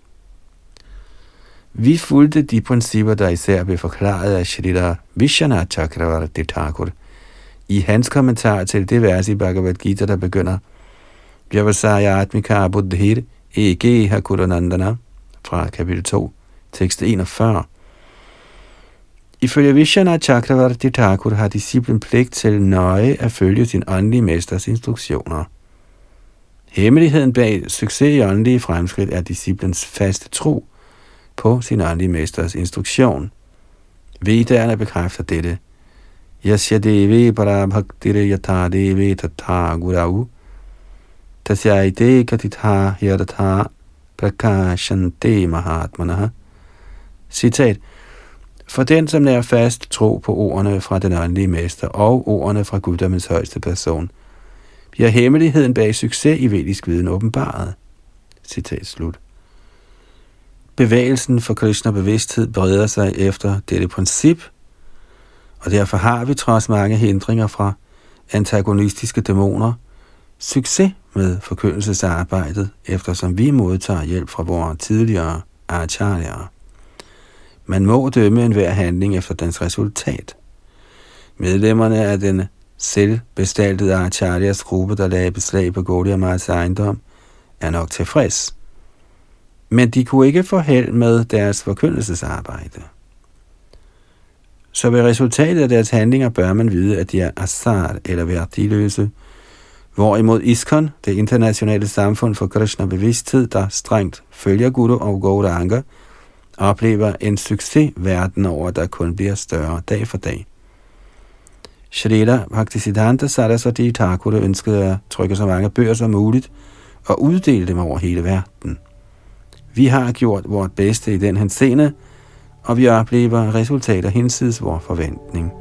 Vi fulgte de principper, der især blev forklaret af Shrila Vishwanath Chakravarti Thakur i hans kommentar til det vers i Bhagavad Gita, der begynder Vyavasaya Atmika Buddhir Ege Hakuranandana fra kapitel 2, tekst 41. Ifølge Vishwanath Chakravarti Thakur har disciplen pligt til nøje at følge sin åndelige mesters instruktioner. Hemmeligheden bag succes i åndelige fremskridt er disciplens faste tro på sin åndelige mesters instruktion. Vedderne bekræfter dette. Yasya devi parabhaktire yatha devi tatha gurau tasyaite katitha yadatha prakashante mahatmanaha. Citat. For den, som nær fast tro på ordene fra den åndelige mester og ordene fra guddommens højeste person, bliver hemmeligheden bag succes i vedisk viden åbenbaret. Citat slut. Bevægelsen for Krishna-bevidsthed breder sig efter dette princip, og derfor har vi trods mange hindringer fra antagonistiske dæmoner succes med forkyndelsesarbejdet, eftersom vi modtager hjælp fra vores tidligere acharyaer. Man må dømme enhver handling efter dens resultat. Medlemmerne af den selvbestaltede acharyas gruppe, der lagde beslag på Gaudiya Maths ejendom, er nok tilfreds. Men de kunne ikke få held med deres forkyndelsesarbejde. Så ved resultatet af deres handlinger bør man vide, at de er asar eller værdiløse, hvorimod ISKCON, det internationale samfund for Krishna-bevidsthed, der strengt følger Guru og Gauranga, oplever en succes verden over, der kun bliver større dag for dag. Shrila Bhaktisiddhanta Saraswati Thakur ønskede at trykke så mange bøger som muligt og uddele dem over hele verden. Vi har gjort vort bedste i den henseende, og vi oplever resultater hinsides vor forventning.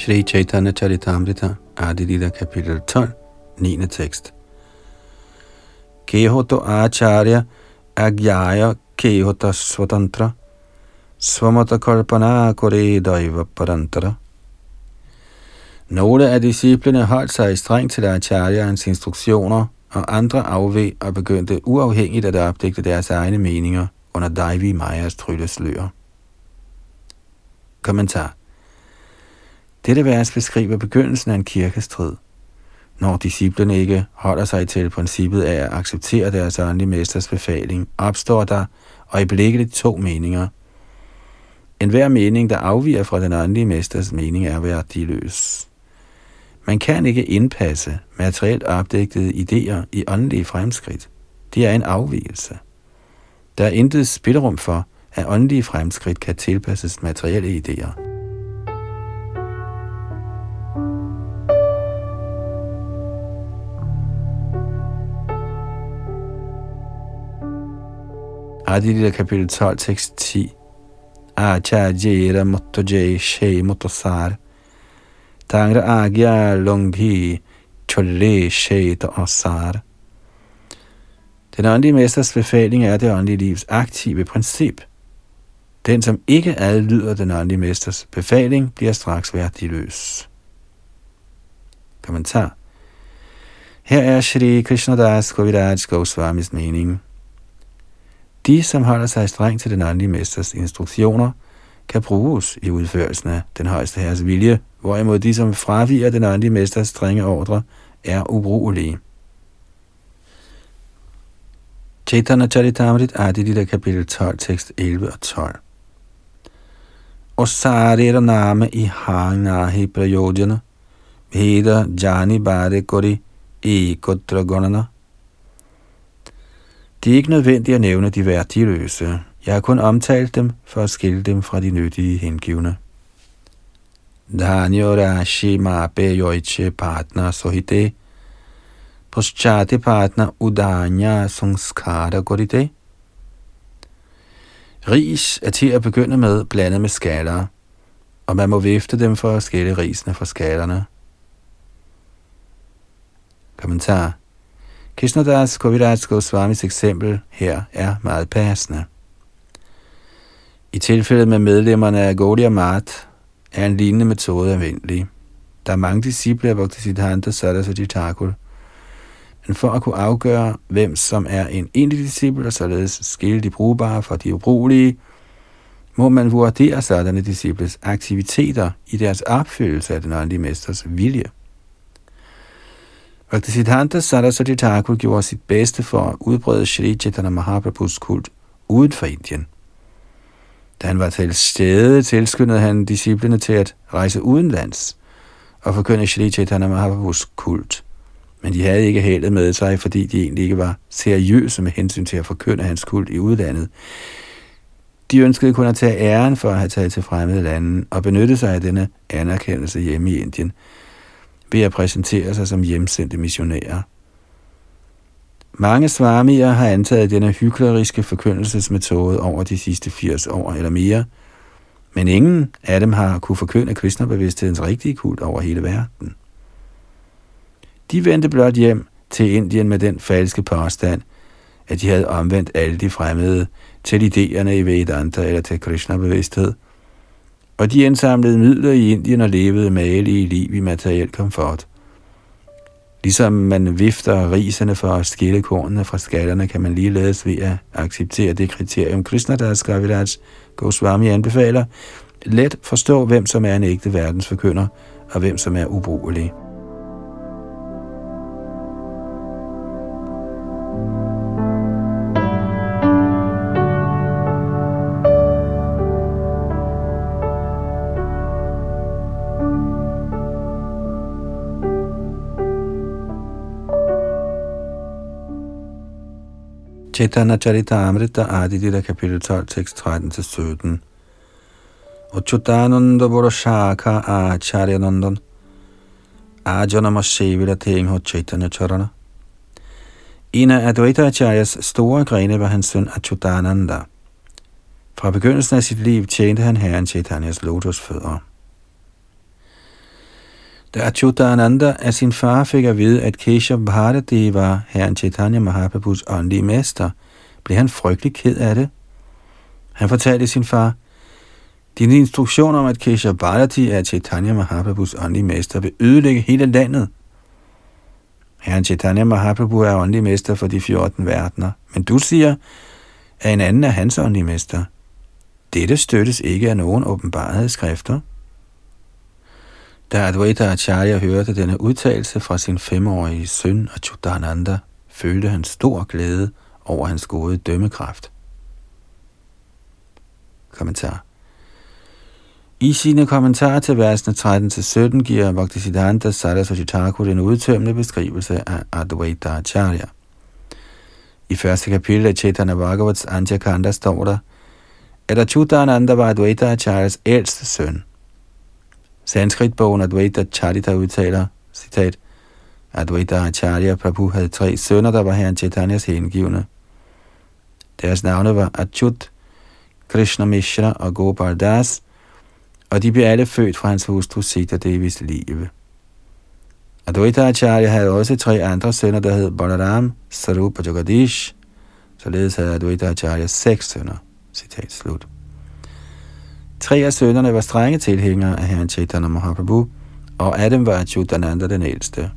Shri Chaitanya Charitamrita, Adi Lila, kapitel 12, 9. tekst. Kehoto acharya agyaya kehota svatantra svamata kalpana kore daiva parantara. Nogle af disciplene holdt sig strengt til acharyans instruktioner, og andre afveg og begyndte uafhængigt at opdægte deres egne meninger under Daivi Mayas trylleslør. Kommentar. Dette vers beskriver begyndelsen af en kirkestrid. Når disciplene ikke holder sig til princippet af at acceptere deres åndelige mesters befaling, opstår der øjeblikkeligt to meninger. Enhver mening, der afviger fra den åndelige mesters mening, er værdiløs. Man kan ikke indpasse materielt opdægtede idéer i åndelige fremskridt. Det er en afvigelse. Der er intet spillerum for, at åndelige fremskridt kan tilpasses materielle idéer. Adi Lila, kapitel 12, tekst 10. Acharya mottojay shay motosar tangra agya longhi cholle shay asar. Den åndelige mesters befaling er det åndelige livs aktive princip. Den, som ikke adlyder den åndelige mesters befaling, bliver straks værdiløs. Kommentar. Her er Shri Krishnadas Kaviraj Goswamis mening. De, som holder sig strengt til den åndelige mesters instruktioner, kan bruges i udførelsen af den højeste herres vilje, hvorimod de, som fraviger den åndelige mesters strenge ordre, er ubrugelige. Chaitanya Charitamrita, Adi Lila, kapitel 12, tekst 11 og 12. Osarera name i hangnahi prayojana, veda jani bare kori ekotra gonana. Det er ikke nødvendigt at nævne de værdiløse. Jeg har kun omtalt dem for at skille dem fra de nyttige hengivne. Dhanyo rashi mape yoiche partner sohite poschate partner udanya sanskara gorite. Ris er til at begynde med blandet med skaller, og man må vifte dem for at skille risene fra skallerne. Kommentar. Krishnadas Kaviraj Goswamis eksempel her er meget passende. I tilfældet med medlemmerne af Gaudiya Math er en lignende metode anvendelig. Der er mange disciple af Bhaktisiddhanta Saraswati Thakur, men for at kunne afgøre, hvem som er en egentlig disciple og således skille de brugbare fra de ubrugelige, må man vurdere sådanne disciples aktiviteter i deres opfyldelse af den åndelige mesters vilje. Bhaktisiddhanta Saraswati Thakur gjorde sit bedste for at udbrede Shri Chaitanya Mahaprabhus kult uden for Indien. Da han var til stede, tilskyndede han disciplene til at rejse udenlands og forkynde Shri Chaitanya Mahaprabhus kult. Men de havde ikke heldet med sig, fordi de egentlig ikke var seriøse med hensyn til at forkynde hans kult i udlandet. De ønskede kun at tage æren for at have taget til fremmede lande og benytte sig af denne anerkendelse hjemme i Indien ved at præsentere sig som hjemsendte missionærer. Mange swamier har antaget denne hykleriske forkyndelsesmetode over de sidste 80 år eller mere, men ingen af dem har kunne forkynde Krishna-bevidsthedens rigtige kult over hele verden. De vendte blot hjem til Indien med den falske påstand, at de havde omvendt alle de fremmede til idéerne i Vedanta eller til Krishna-bevidsthed, og de indsamlede midler i Indien og levede magelige liv i materiel komfort. Ligesom man vifter riserne for at skille kornene fra skallerne, kan man ligeledes ved at acceptere det kriterium, Krishnadas Kaviraj Goswami anbefaler, let forstå, hvem som er en ægte verdensforkynder, og hvem som er ubrugelig. Chaitanya Charitamrita, Adi Lila, kapitel 12, tekst 13-17. Achyutananda Borashaka Acharyanandan Ajanama Sevila Tengho Chaitanya Charana. En af Advaita Acharyas store grene var hans søn Achyutananda. Fra begyndelsen af sit liv tjente han herren Chaitanyas lotusfødder. Da Achyutananda af sin far fik at vide, at Keshav Bharati var herren Chaitanya Mahaprabhus åndelige mester, blev han frygtelig ked af det. Han fortalte sin far: din instruktion om, at Keshav Bharati er Chaitanya Mahaprabhus åndelige mester, vil ødelægge hele landet. Herren Chaitanya Mahaprabhu er åndelig mester for de 14 verdener, men du siger, at en anden er hans åndelige mester. Dette støttes ikke af nogen åbenbarede skrifter. Da Advaita Acharya hørte denne udtalelse fra sin 5-årige søn Achyutananda, følte han stor glæde over hans gode dømmekraft. Kommentar. I sine kommentarer til versene 13-17 giver Bhaktisiddhanta Saraswati Thakur en udtømmende beskrivelse af Advaita Acharya. I første kapitel af Chaitanya Bhagavats Antya Kanda står der, at Achyutananda var Advaita Acharyas ældste søn. Sanskritbogen Advaita Charita udtaler, citat, Advaita Acharya Prabhu havde 3 sønner, der var herren Chaitanyas hengivne. Deres navne var Achyut, Krishna Mishra og Gopal Das, og de blev alle født fra hans hustru Sita Devis liv. Advaita Acharya havde også 3 andre sønner, der hed Balaram, Sarup og Jagadish. Således havde Advaita Acharya 6 sønner. Citat slut. 3 af sønnerne var strenge tilhængere af herren Chaitanya Mahaprabhu, og af dem var Achyutananda den ældste.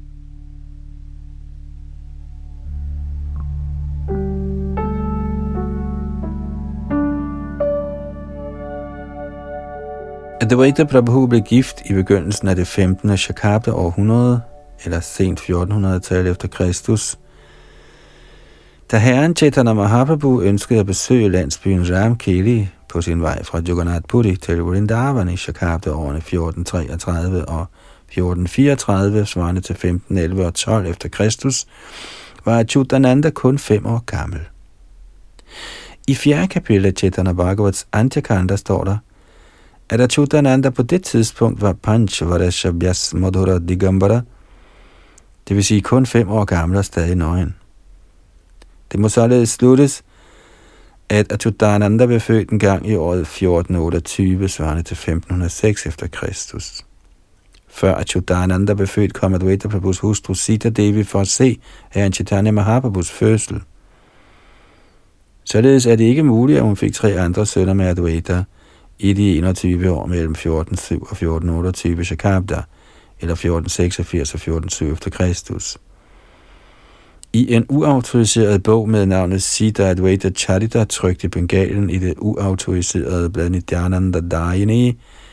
Advaita Prabhu blev gift i begyndelsen af det 15. Shakabda århundrede, eller sent 1400-tal efter Kristus. Da herren Chaitanya Mahaprabhu ønskede at besøge landsbyen Ramkeli på sin vej fra Jagannath Puri til Vrindavan i Shakabda årene 1433 og 1434, svarende til 15, 11 og 12 efter Kristus, var Achyutananda kun 5 år gammel. I 4. kapitel af Chaitanya Bhagavats Antya Kanda står der, at Achyutananda på det tidspunkt var Panchvarasha Vyas Madhura Digambara, det vil sige kun 5 år gammel og stadig nøgen. Det må således sluttes, at Achyutananda blev født en gang i året 1428, svarende til 1506 efter Kristus. Før Achyutananda blev født, kom Advaita Prabhus hustru Sita Devi for at se herren Chaitanya Mahaprabhus fødsel. Således er det ikke muligt, at hun fik 3 andre sønner med Advaita i de 21 år mellem 1407 og 1428 Shakabda, eller 1486 og 1407 efter Kristus. I en uautoriseret bog med navnet Sita Advaita Charita, trykt i Bengalen i det uautoriserede blad Nityananda Dayini,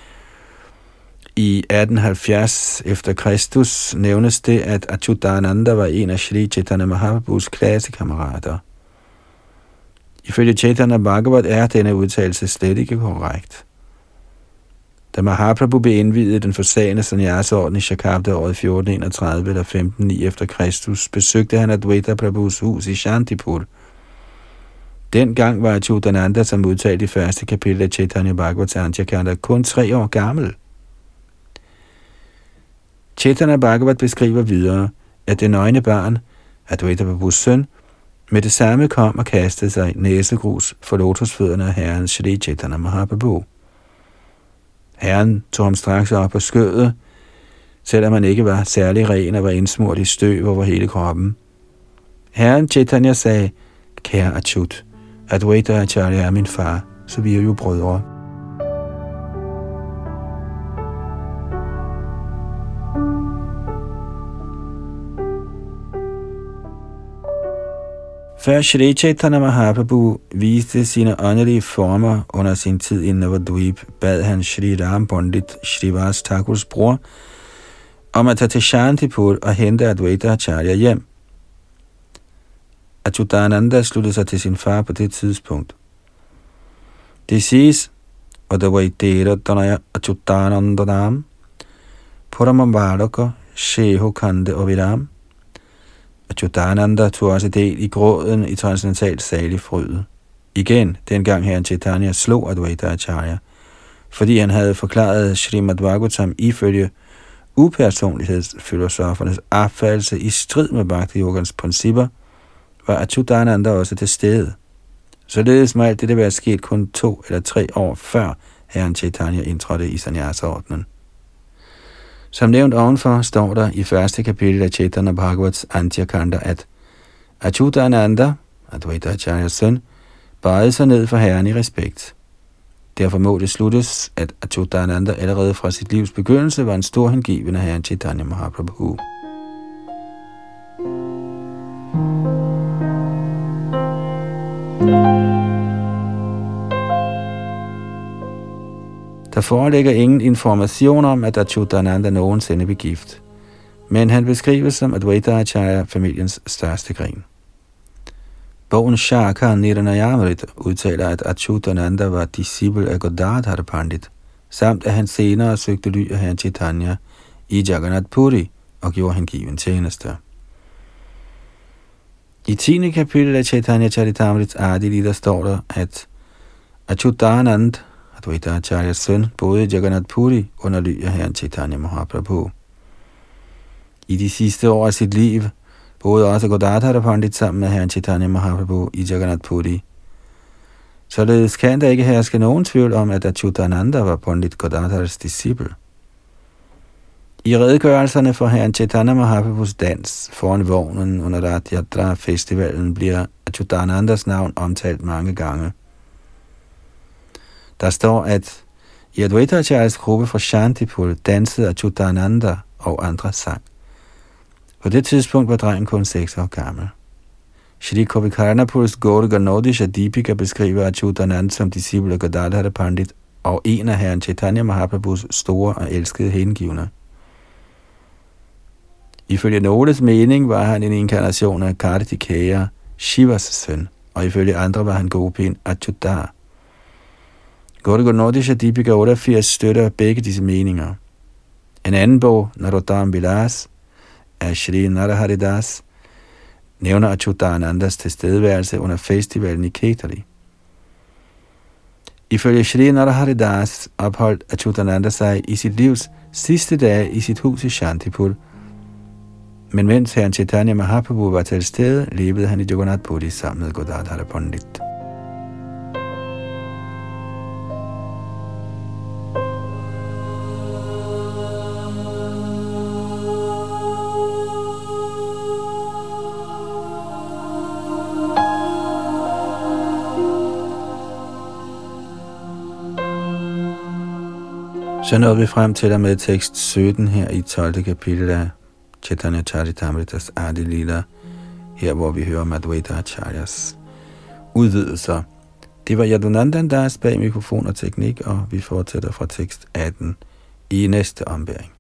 i 1870 efter Kristus nævnes det, at Achyutananda var en af Shri Chaitanya Mahaprabhus klassekammerater. Ifølge Chaitanya Bhagavat er denne udtalelse slet ikke korrekt. Da Mahaprabhu blev indviet den forsagende sannyasorden i Shakabda året 1431 eller 1509 efter Kristus, besøgte han Advaita Prabhus hus i Shantipur. Dengang var Achyutananda, som udtalt i 1. kapitel af Chaitanya Bhagavats Antya Kanda, kun 3 år gammel. Chaitanya Bhagavat beskriver videre, at det nøgne barn, Advaita Prabhus søn, med det samme kom og kastede sig næsegrus for lotusfødderne af herren Shri Chaitanya Mahaprabhu. Herren tog ham straks op på skødet, selvom han ikke var særlig ren og var indsmurt i støv over hele kroppen. Herren Chaitanya sagde, kære Achyut, Advaita Acharya er min far, så vi er jo brødre. Før Shri Chaitanya Mahaprabhu viste sine åndelige former under sin tid i Navadvip, bad han Shri Ram Pandit, Shrivas Thakurs bror, om at tage til Shantipur og hente Advaita Acharya hjem. Achyutananda sluttede sig til sin far på det tidspunkt. Det siges, Advaitera Danaya Achyutanandanam, Paramamvaraka, Sheho Kande og Viram. Achyutananda tog også del i gråden i transcendental salig fryd. Igen, dengang herren Chaitanya slog Advaita Acharya, fordi han havde forklaret Srimad Bhagavatam ifølge upersonlighedsfilosofernes opfattelse i strid med Bhakti-yogans principper, var Achyutananda også til stede. Således må alt dette være sket kun 2 eller 3 år før herren Chaitanya indtrådte i sannyasordenen. Som nævnt ovenfor står der i første kapitel af Chaitanya Bhagavats Antya-kanda, at Achyutananda, Advaita Acharyas søn, bøjede sig ned for Herren i respekt. Derfor må det sluttes, at Achyutananda allerede fra sit livs begyndelse var en stor hengiven af Herren Chaitanya Mahaprabhu. Der foreligger ingen information om, at Achyutananda nogensinde blev gift, men han beskrives som Advaita Acharya-familiens største gren. Bogen Shaka Niranayamrita udtaler, at Achyutananda var disciple af Godadhara Pandit, samt at han senere søgte ly af Herren Chaitanya i Jagannath Puri og gjorde hengiven tjeneste. I 10. kapitel af Chaitanya Charitamrits Adi Lila står der, at Achyutanand, Advaita Acharyas søn, boede i Jagannath Puri under ly af Herren Chaitanya Mahaprabhu. I de sidste år af sit liv boede også Godadhara Pandit sammen med Herren Chaitanya Mahaprabhu i Jagannath Puri. Således kan der ikke herske nogen tvivl om, at Achyutananda var Pandit Godadharas disciple. I redegørelserne for Herren Chaitanya Mahaprabhus dans foran vognen under Rath Yatra festivalen bliver Achyutanandas navn omtalt mange gange. Der står, at i Advaita Acharyas gruppe fra Shantipur dansede Achyutananda og andre sang. På det tidspunkt var drengen kun 6 år gammel. Shri Kavikarnapurs Gaura Ganodisha Deepika beskriver Achyutananda som disciple af Godadhara Pandit og en af Herren Chaitanya Mahaprabhus store og elskede hengivne. Ifølge Nodes mening var han en inkarnation af Kartikeya, Shivas søn, og ifølge andre var han gopien Achyuta. Gaura Ganodisha Deepika 88 støtter begge disse meninger. En anden bog, Narottam Vilas, af Shri Naraharidas, nævner Achyutanandas tilstedeværelse under festivalen i Ketali. Ifølge Shri Naraharidas opholdt Achyutananda sig i sit livs sidste dage i sit hus i Shantipur, men mens Herren Chaitanya Mahaprabhu var til stede, levede han i Jagannath Puri sammen med Godadhara Pandit. Så nåede vi frem til og med tekst 17 her i 12. kapitel af Chaitanya Charitamritas Adi Lila, her hvor vi hører om Advaita Acharyas udvidelser. Det var Yadunandan Das bag mikrofon og teknik, og vi fortsætter fra tekst 18 i næste ombæring.